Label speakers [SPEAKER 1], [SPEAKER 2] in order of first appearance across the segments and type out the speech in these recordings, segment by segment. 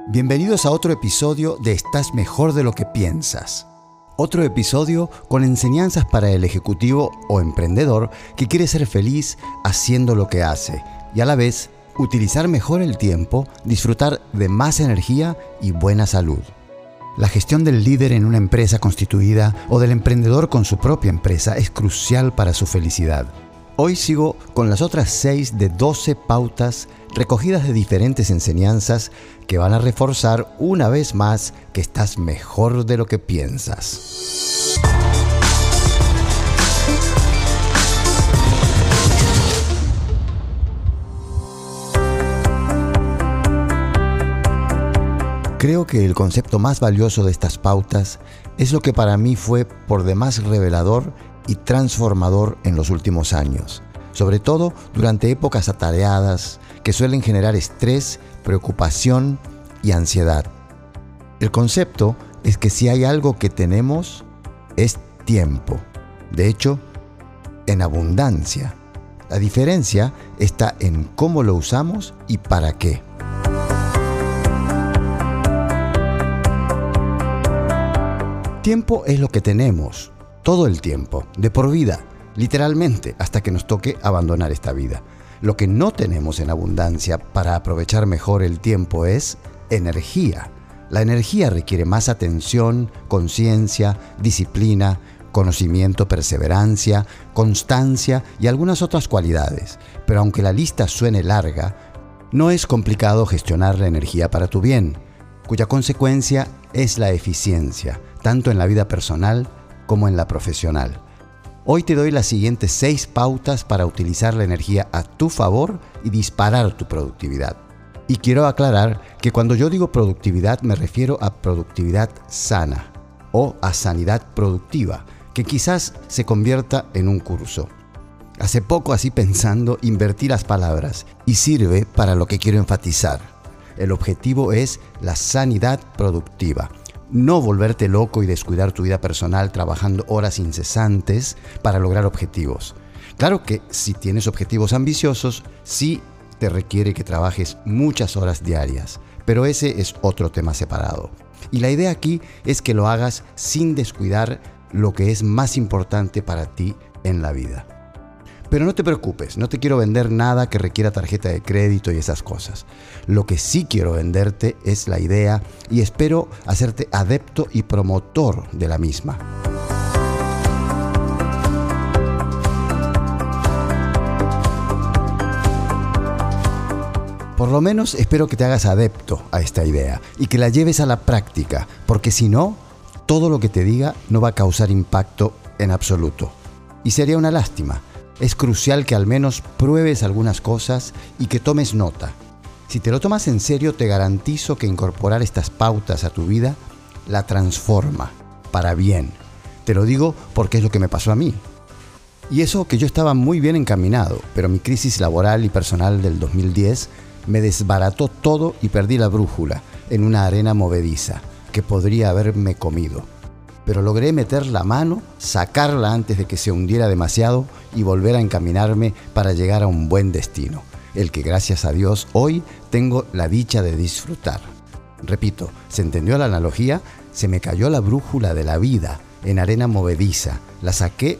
[SPEAKER 1] Bienvenidos a otro episodio de Estás mejor de lo que piensas. Otro episodio con enseñanzas para el ejecutivo o emprendedor que quiere ser feliz haciendo lo que hace y a la vez utilizar mejor el tiempo, disfrutar de más energía y buena salud. La gestión del líder en una empresa constituida o del emprendedor con su propia empresa es crucial para su felicidad. Hoy sigo con las otras 6 de 12 pautas recogidas de diferentes enseñanzas que van a reforzar una vez más que estás mejor de lo que piensas. Creo que el concepto más valioso de estas pautas es lo que para mí fue por demás revelador y transformador en los últimos años, sobre todo durante épocas atareadas que suelen generar estrés, preocupación y ansiedad. El concepto es que si hay algo que tenemos, es tiempo. De hecho, en abundancia. La diferencia está en cómo lo usamos y para qué. Tiempo es lo que tenemos, todo el tiempo, de por vida, literalmente, hasta que nos toque abandonar esta vida. Lo que no tenemos en abundancia para aprovechar mejor el tiempo es energía. La energía requiere más atención, conciencia, disciplina, conocimiento, perseverancia, constancia y algunas otras cualidades. Pero aunque la lista suene larga, no es complicado gestionar la energía para tu bien, cuya consecuencia es la eficiencia, tanto en la vida personal como en la profesional. Hoy te doy las siguientes 6 pautas para utilizar la energía a tu favor y disparar tu productividad. Y quiero aclarar que cuando yo digo productividad me refiero a productividad sana o a sanidad productiva, que quizás se convierta en un curso. Hace poco, así pensando, invertí las palabras y sirve para lo que quiero enfatizar. El objetivo es la sanidad productiva. No volverte loco y descuidar tu vida personal trabajando horas incesantes para lograr objetivos. Claro que si tienes objetivos ambiciosos, sí te requiere que trabajes muchas horas diarias, pero ese es otro tema separado. Y la idea aquí es que lo hagas sin descuidar lo que es más importante para ti en la vida. Pero no te preocupes, no te quiero vender nada que requiera tarjeta de crédito y esas cosas. Lo que sí quiero venderte es la idea y espero hacerte adepto y promotor de la misma. Por lo menos espero que te hagas adepto a esta idea y que la lleves a la práctica, porque si no, todo lo que te diga no va a causar impacto en absoluto. Y sería una lástima. Es crucial que al menos pruebes algunas cosas y que tomes nota. Si te lo tomas en serio, te garantizo que incorporar estas pautas a tu vida la transforma para bien. Te lo digo porque es lo que me pasó a mí. Y eso que yo estaba muy bien encaminado, pero mi crisis laboral y personal del 2010 me desbarató todo y perdí la brújula en una arena movediza que podría haberme comido. Pero logré meter la mano, sacarla antes de que se hundiera demasiado y volver a encaminarme para llegar a un buen destino, el que gracias a Dios hoy tengo la dicha de disfrutar. Repito, ¿se entendió la analogía? Se me cayó la brújula de la vida en arena movediza. La saqué,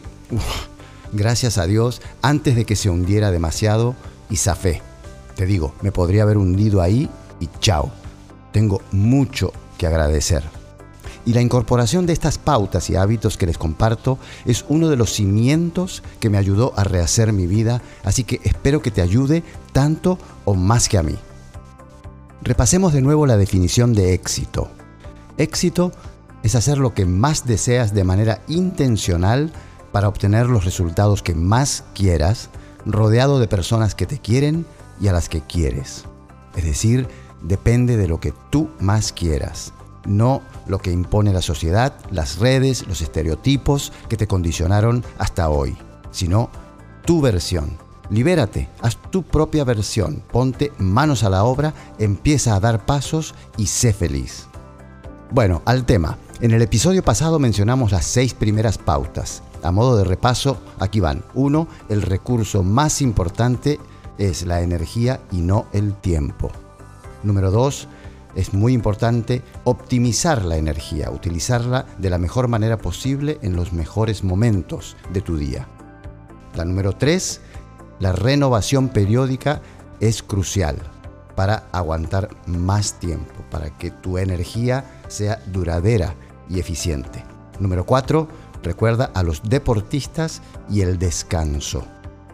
[SPEAKER 1] gracias a Dios, antes de que se hundiera demasiado y zafé. Te digo, me podría haber hundido ahí y chao. Tengo mucho que agradecer. Y la incorporación de estas pautas y hábitos que les comparto es uno de los cimientos que me ayudó a rehacer mi vida, así que espero que te ayude tanto o más que a mí. Repasemos de nuevo la definición de éxito. Éxito es hacer lo que más deseas de manera intencional para obtener los resultados que más quieras, rodeado de personas que te quieren y a las que quieres. Es decir, depende de lo que tú más quieras. No lo que impone la sociedad, las redes, los estereotipos que te condicionaron hasta hoy, sino tu versión. Libérate, haz tu propia versión, ponte manos a la obra, empieza a dar pasos y sé feliz. Bueno, al tema. En el episodio pasado mencionamos las 6 primeras pautas. A modo de repaso, aquí van. 1. El recurso más importante es la energía y no el tiempo. Número 2. es muy importante optimizar la energía, utilizarla de la mejor manera posible en los mejores momentos de tu día. La número 3, la renovación periódica es crucial para aguantar más tiempo, para que tu energía sea duradera y eficiente. Número 4, recuerda a los deportistas y el descanso.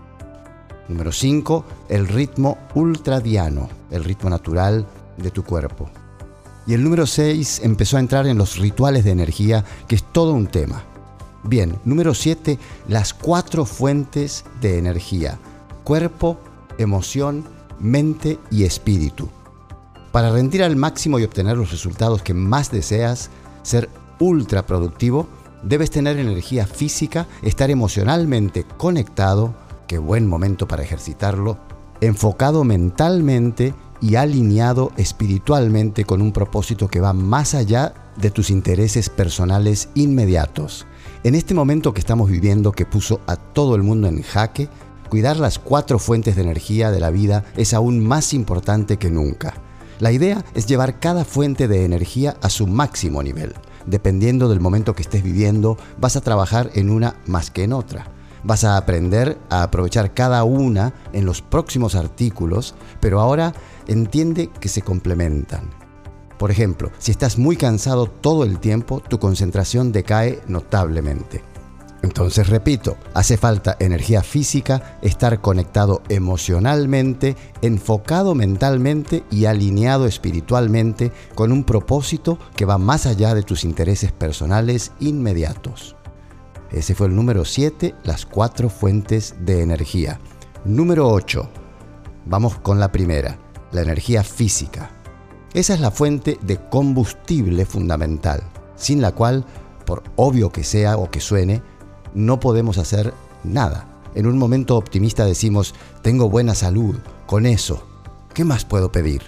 [SPEAKER 1] Número 5, el ritmo ultradiano, el ritmo natural de tu cuerpo. Y el número 6 empezó a entrar en los rituales de energía, que es todo un tema. Bien, número 7, las 4 fuentes de energía: cuerpo, emoción, mente y espíritu. Para rendir al máximo y obtener los resultados que más deseas, ser ultra productivo, debes tener energía física, estar emocionalmente conectado, qué buen momento para ejercitarlo, enfocado mentalmente y alineado espiritualmente con un propósito que va más allá de tus intereses personales inmediatos. En este momento que estamos viviendo, que puso a todo el mundo en jaque, cuidar las 4 fuentes de energía de la vida es aún más importante que nunca. La idea es llevar cada fuente de energía a su máximo nivel. Dependiendo del momento que estés viviendo, vas a trabajar en una más que en otra. Vas a aprender a aprovechar cada una en los próximos artículos, pero ahora entiende que se complementan. Por ejemplo, si estás muy cansado todo el tiempo, tu concentración decae notablemente. Entonces, repito, hace falta energía física, estar conectado emocionalmente, enfocado mentalmente y alineado espiritualmente con un propósito que va más allá de tus intereses personales inmediatos. Ese fue el número 7, las 4 fuentes de energía. Número 8. Vamos con la primera, la energía física. Esa es la fuente de combustible fundamental, sin la cual, por obvio que sea o que suene, no podemos hacer nada. En un momento optimista decimos, tengo buena salud, con eso, ¿qué más puedo pedir?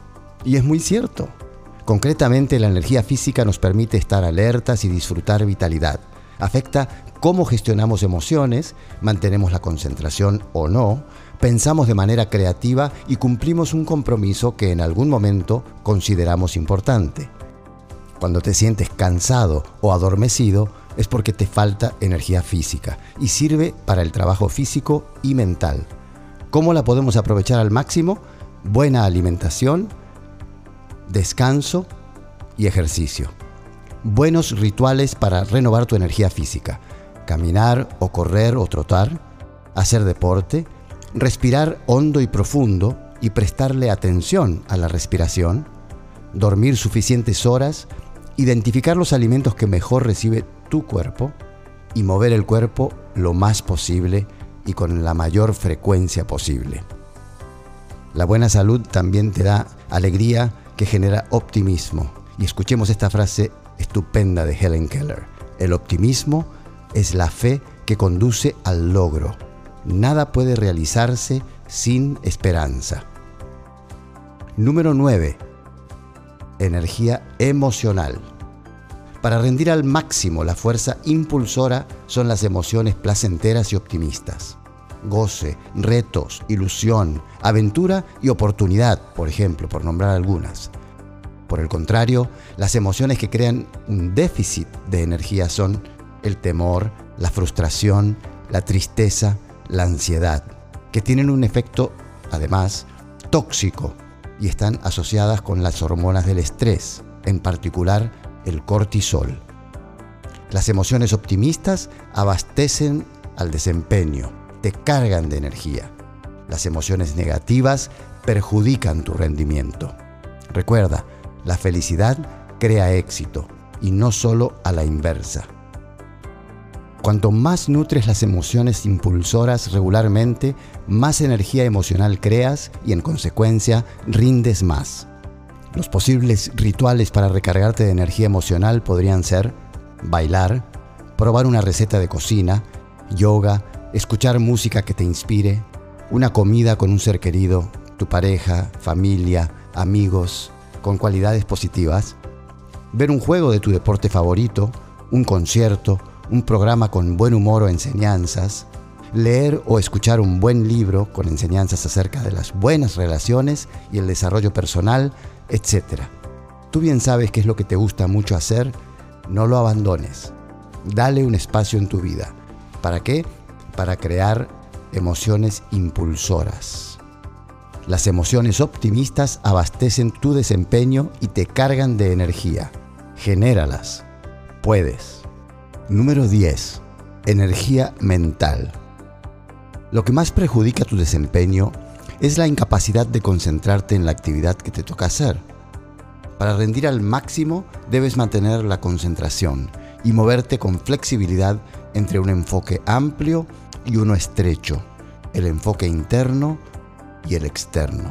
[SPEAKER 1] Y es muy cierto. Concretamente, la energía física nos permite estar alertas y disfrutar vitalidad. Afecta cómo gestionamos emociones, mantenemos la concentración o no, pensamos de manera creativa y cumplimos un compromiso que en algún momento consideramos importante. Cuando te sientes cansado o adormecido, es porque te falta energía física y sirve para el trabajo físico y mental. ¿Cómo la podemos aprovechar al máximo? Buena alimentación, descanso y ejercicio. Buenos rituales para renovar tu energía física: caminar o correr o trotar, hacer deporte, respirar hondo y profundo y prestarle atención a la respiración, dormir suficientes horas, identificar los alimentos que mejor recibe tu cuerpo y mover el cuerpo lo más posible y con la mayor frecuencia posible. La buena salud también te da alegría, que genera optimismo. Y escuchemos esta frase estupenda de Helen Keller: el optimismo es la fe que conduce al logro. Nada puede realizarse sin esperanza. Número 9. Energía emocional. Para rendir al máximo, la fuerza impulsora son las emociones placenteras y optimistas. Goce, retos, ilusión, aventura y oportunidad, por ejemplo, por nombrar algunas. Por el contrario, las emociones que crean un déficit de energía son el temor, la frustración, la tristeza, la ansiedad, que tienen un efecto, además, tóxico y están asociadas con las hormonas del estrés, en particular el cortisol. Las emociones optimistas abastecen al desempeño, te cargan de energía. Las emociones negativas perjudican tu rendimiento. Recuerda, la felicidad crea éxito y no solo a la inversa. Cuanto más nutres las emociones impulsoras regularmente, más energía emocional creas y en consecuencia rindes más. Los posibles rituales para recargarte de energía emocional podrían ser bailar, probar una receta de cocina, yoga, escuchar música que te inspire, una comida con un ser querido, tu pareja, familia, amigos, con cualidades positivas, ver un juego de tu deporte favorito, un concierto, un programa con buen humor o enseñanzas, leer o escuchar un buen libro con enseñanzas acerca de las buenas relaciones y el desarrollo personal, etc. tú bien sabes qué es lo que te gusta mucho hacer, no lo abandones. Dale un espacio en tu vida. ¿Para qué? Para crear emociones impulsoras. Las emociones optimistas abastecen tu desempeño y te cargan de energía. Genéralas. Puedes. Número 10. Energía mental. Lo que más perjudica tu desempeño es la incapacidad de concentrarte en la actividad que te toca hacer. Para rendir al máximo, debes mantener la concentración y moverte con flexibilidad entre un enfoque amplio y uno estrecho, el enfoque interno y el externo.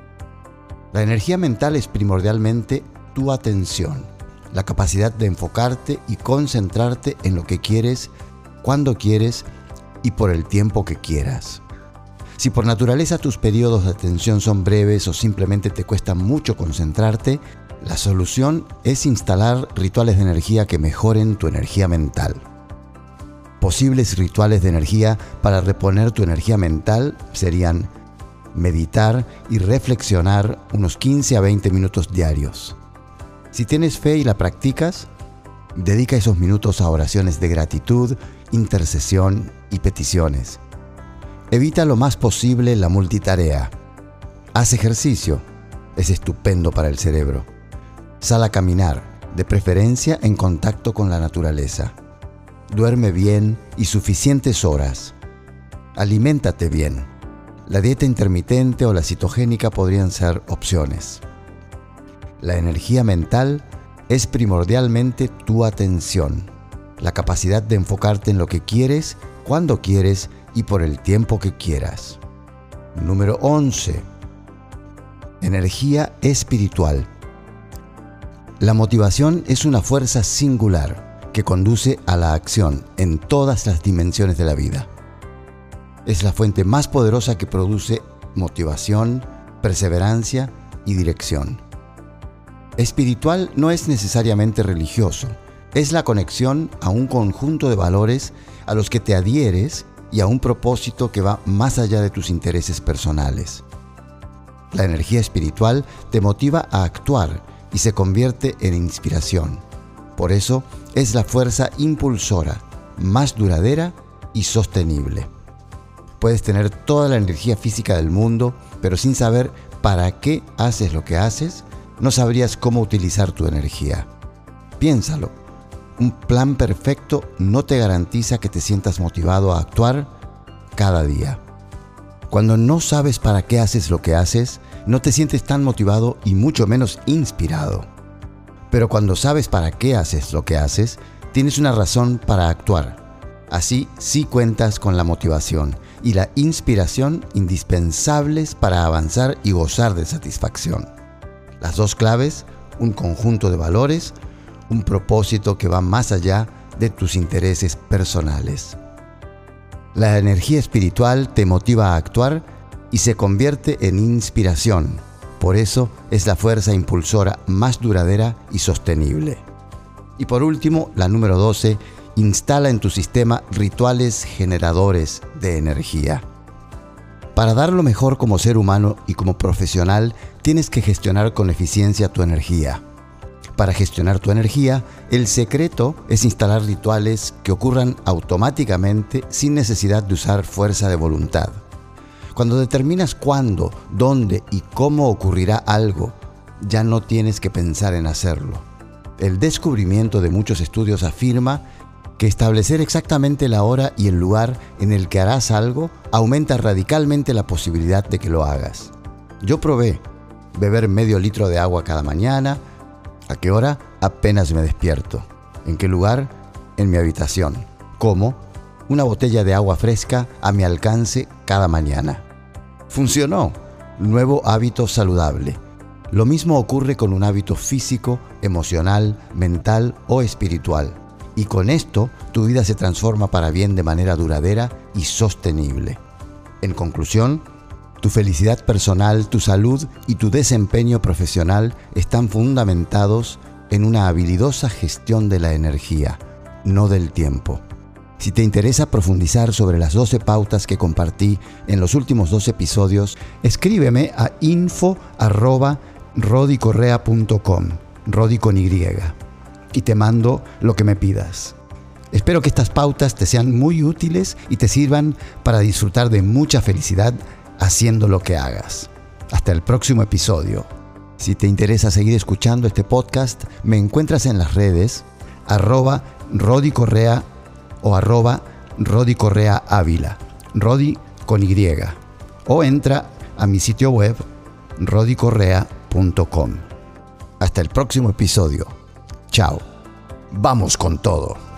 [SPEAKER 1] La energía mental es primordialmente tu atención, la capacidad de enfocarte y concentrarte en lo que quieres, cuando quieres y por el tiempo que quieras. Si por naturaleza tus periodos de atención son breves o simplemente te cuesta mucho concentrarte, la solución es instalar rituales de energía que mejoren tu energía mental. Posibles rituales de energía para reponer tu energía mental serían meditar y reflexionar unos 15 a 20 minutos diarios. Si tienes fe y la practicas, dedica esos minutos a oraciones de gratitud, intercesión y peticiones. Evita lo más posible la multitarea. Haz ejercicio, es estupendo para el cerebro. Sal a caminar, de preferencia en contacto con la naturaleza. Duerme bien y suficientes horas. Aliméntate bien. La dieta intermitente o la citogénica podrían ser opciones. La energía mental es primordialmente tu atención, la capacidad de enfocarte en lo que quieres, cuando quieres y por el tiempo que quieras. Número 11. Energía espiritual. La motivación es una fuerza singular que conduce a la acción en todas las dimensiones de la vida. Es la fuente más poderosa que produce motivación, perseverancia y dirección. Espiritual no es necesariamente religioso, es la conexión a un conjunto de valores a los que te adhieres y a un propósito que va más allá de tus intereses personales. La energía espiritual te motiva a actuar y se convierte en inspiración. Por eso es la fuerza impulsora, más duradera y sostenible. Puedes tener toda la energía física del mundo, pero sin saber para qué haces lo que haces, no sabrías cómo utilizar tu energía. Piénsalo. Un plan perfecto no te garantiza que te sientas motivado a actuar cada día. Cuando no sabes para qué haces lo que haces, no te sientes tan motivado y mucho menos inspirado. Pero cuando sabes para qué haces lo que haces, tienes una razón para actuar. Así sí cuentas con la motivación y la inspiración indispensables para avanzar y gozar de satisfacción. Las dos claves, un conjunto de valores, un propósito que va más allá de tus intereses personales. La energía espiritual te motiva a actuar y se convierte en inspiración. Por eso es la fuerza impulsora más duradera y sostenible. Y por último, la número 12, instala en tu sistema rituales generadores de energía. Para dar lo mejor como ser humano y como profesional, tienes que gestionar con eficiencia tu energía. Para gestionar tu energía, el secreto es instalar rituales que ocurran automáticamente sin necesidad de usar fuerza de voluntad. Cuando determinas cuándo, dónde y cómo ocurrirá algo, ya no tienes que pensar en hacerlo. El descubrimiento de muchos estudios afirma que establecer exactamente la hora y el lugar en el que harás algo aumenta radicalmente la posibilidad de que lo hagas. Yo probé beber medio litro de agua cada mañana. ¿A qué hora? Apenas me despierto. ¿En qué lugar? En mi habitación. ¿Cómo? Una botella de agua fresca a mi alcance cada mañana. Funcionó. Nuevo hábito saludable. Lo mismo ocurre con un hábito físico, emocional, mental o espiritual. Y con esto, tu vida se transforma para bien de manera duradera y sostenible. En conclusión, tu felicidad personal, tu salud y tu desempeño profesional están fundamentados en una habilidosa gestión de la energía, no del tiempo. Si te interesa profundizar sobre las 12 pautas que compartí en los últimos 2 episodios, escríbeme a info@rodicorrea.com. Rodi con Y, y te mando lo que me pidas. Espero que estas pautas te sean muy útiles y te sirvan para disfrutar de mucha felicidad haciendo lo que hagas. Hasta el próximo episodio. Si te interesa seguir escuchando este podcast, me encuentras en las redes @RodiCorrea o @RodiCorreaAvila, Rodi con Y, o entra a mi sitio web rodicorrea.com. Hasta el próximo episodio. Chao. Vamos con todo.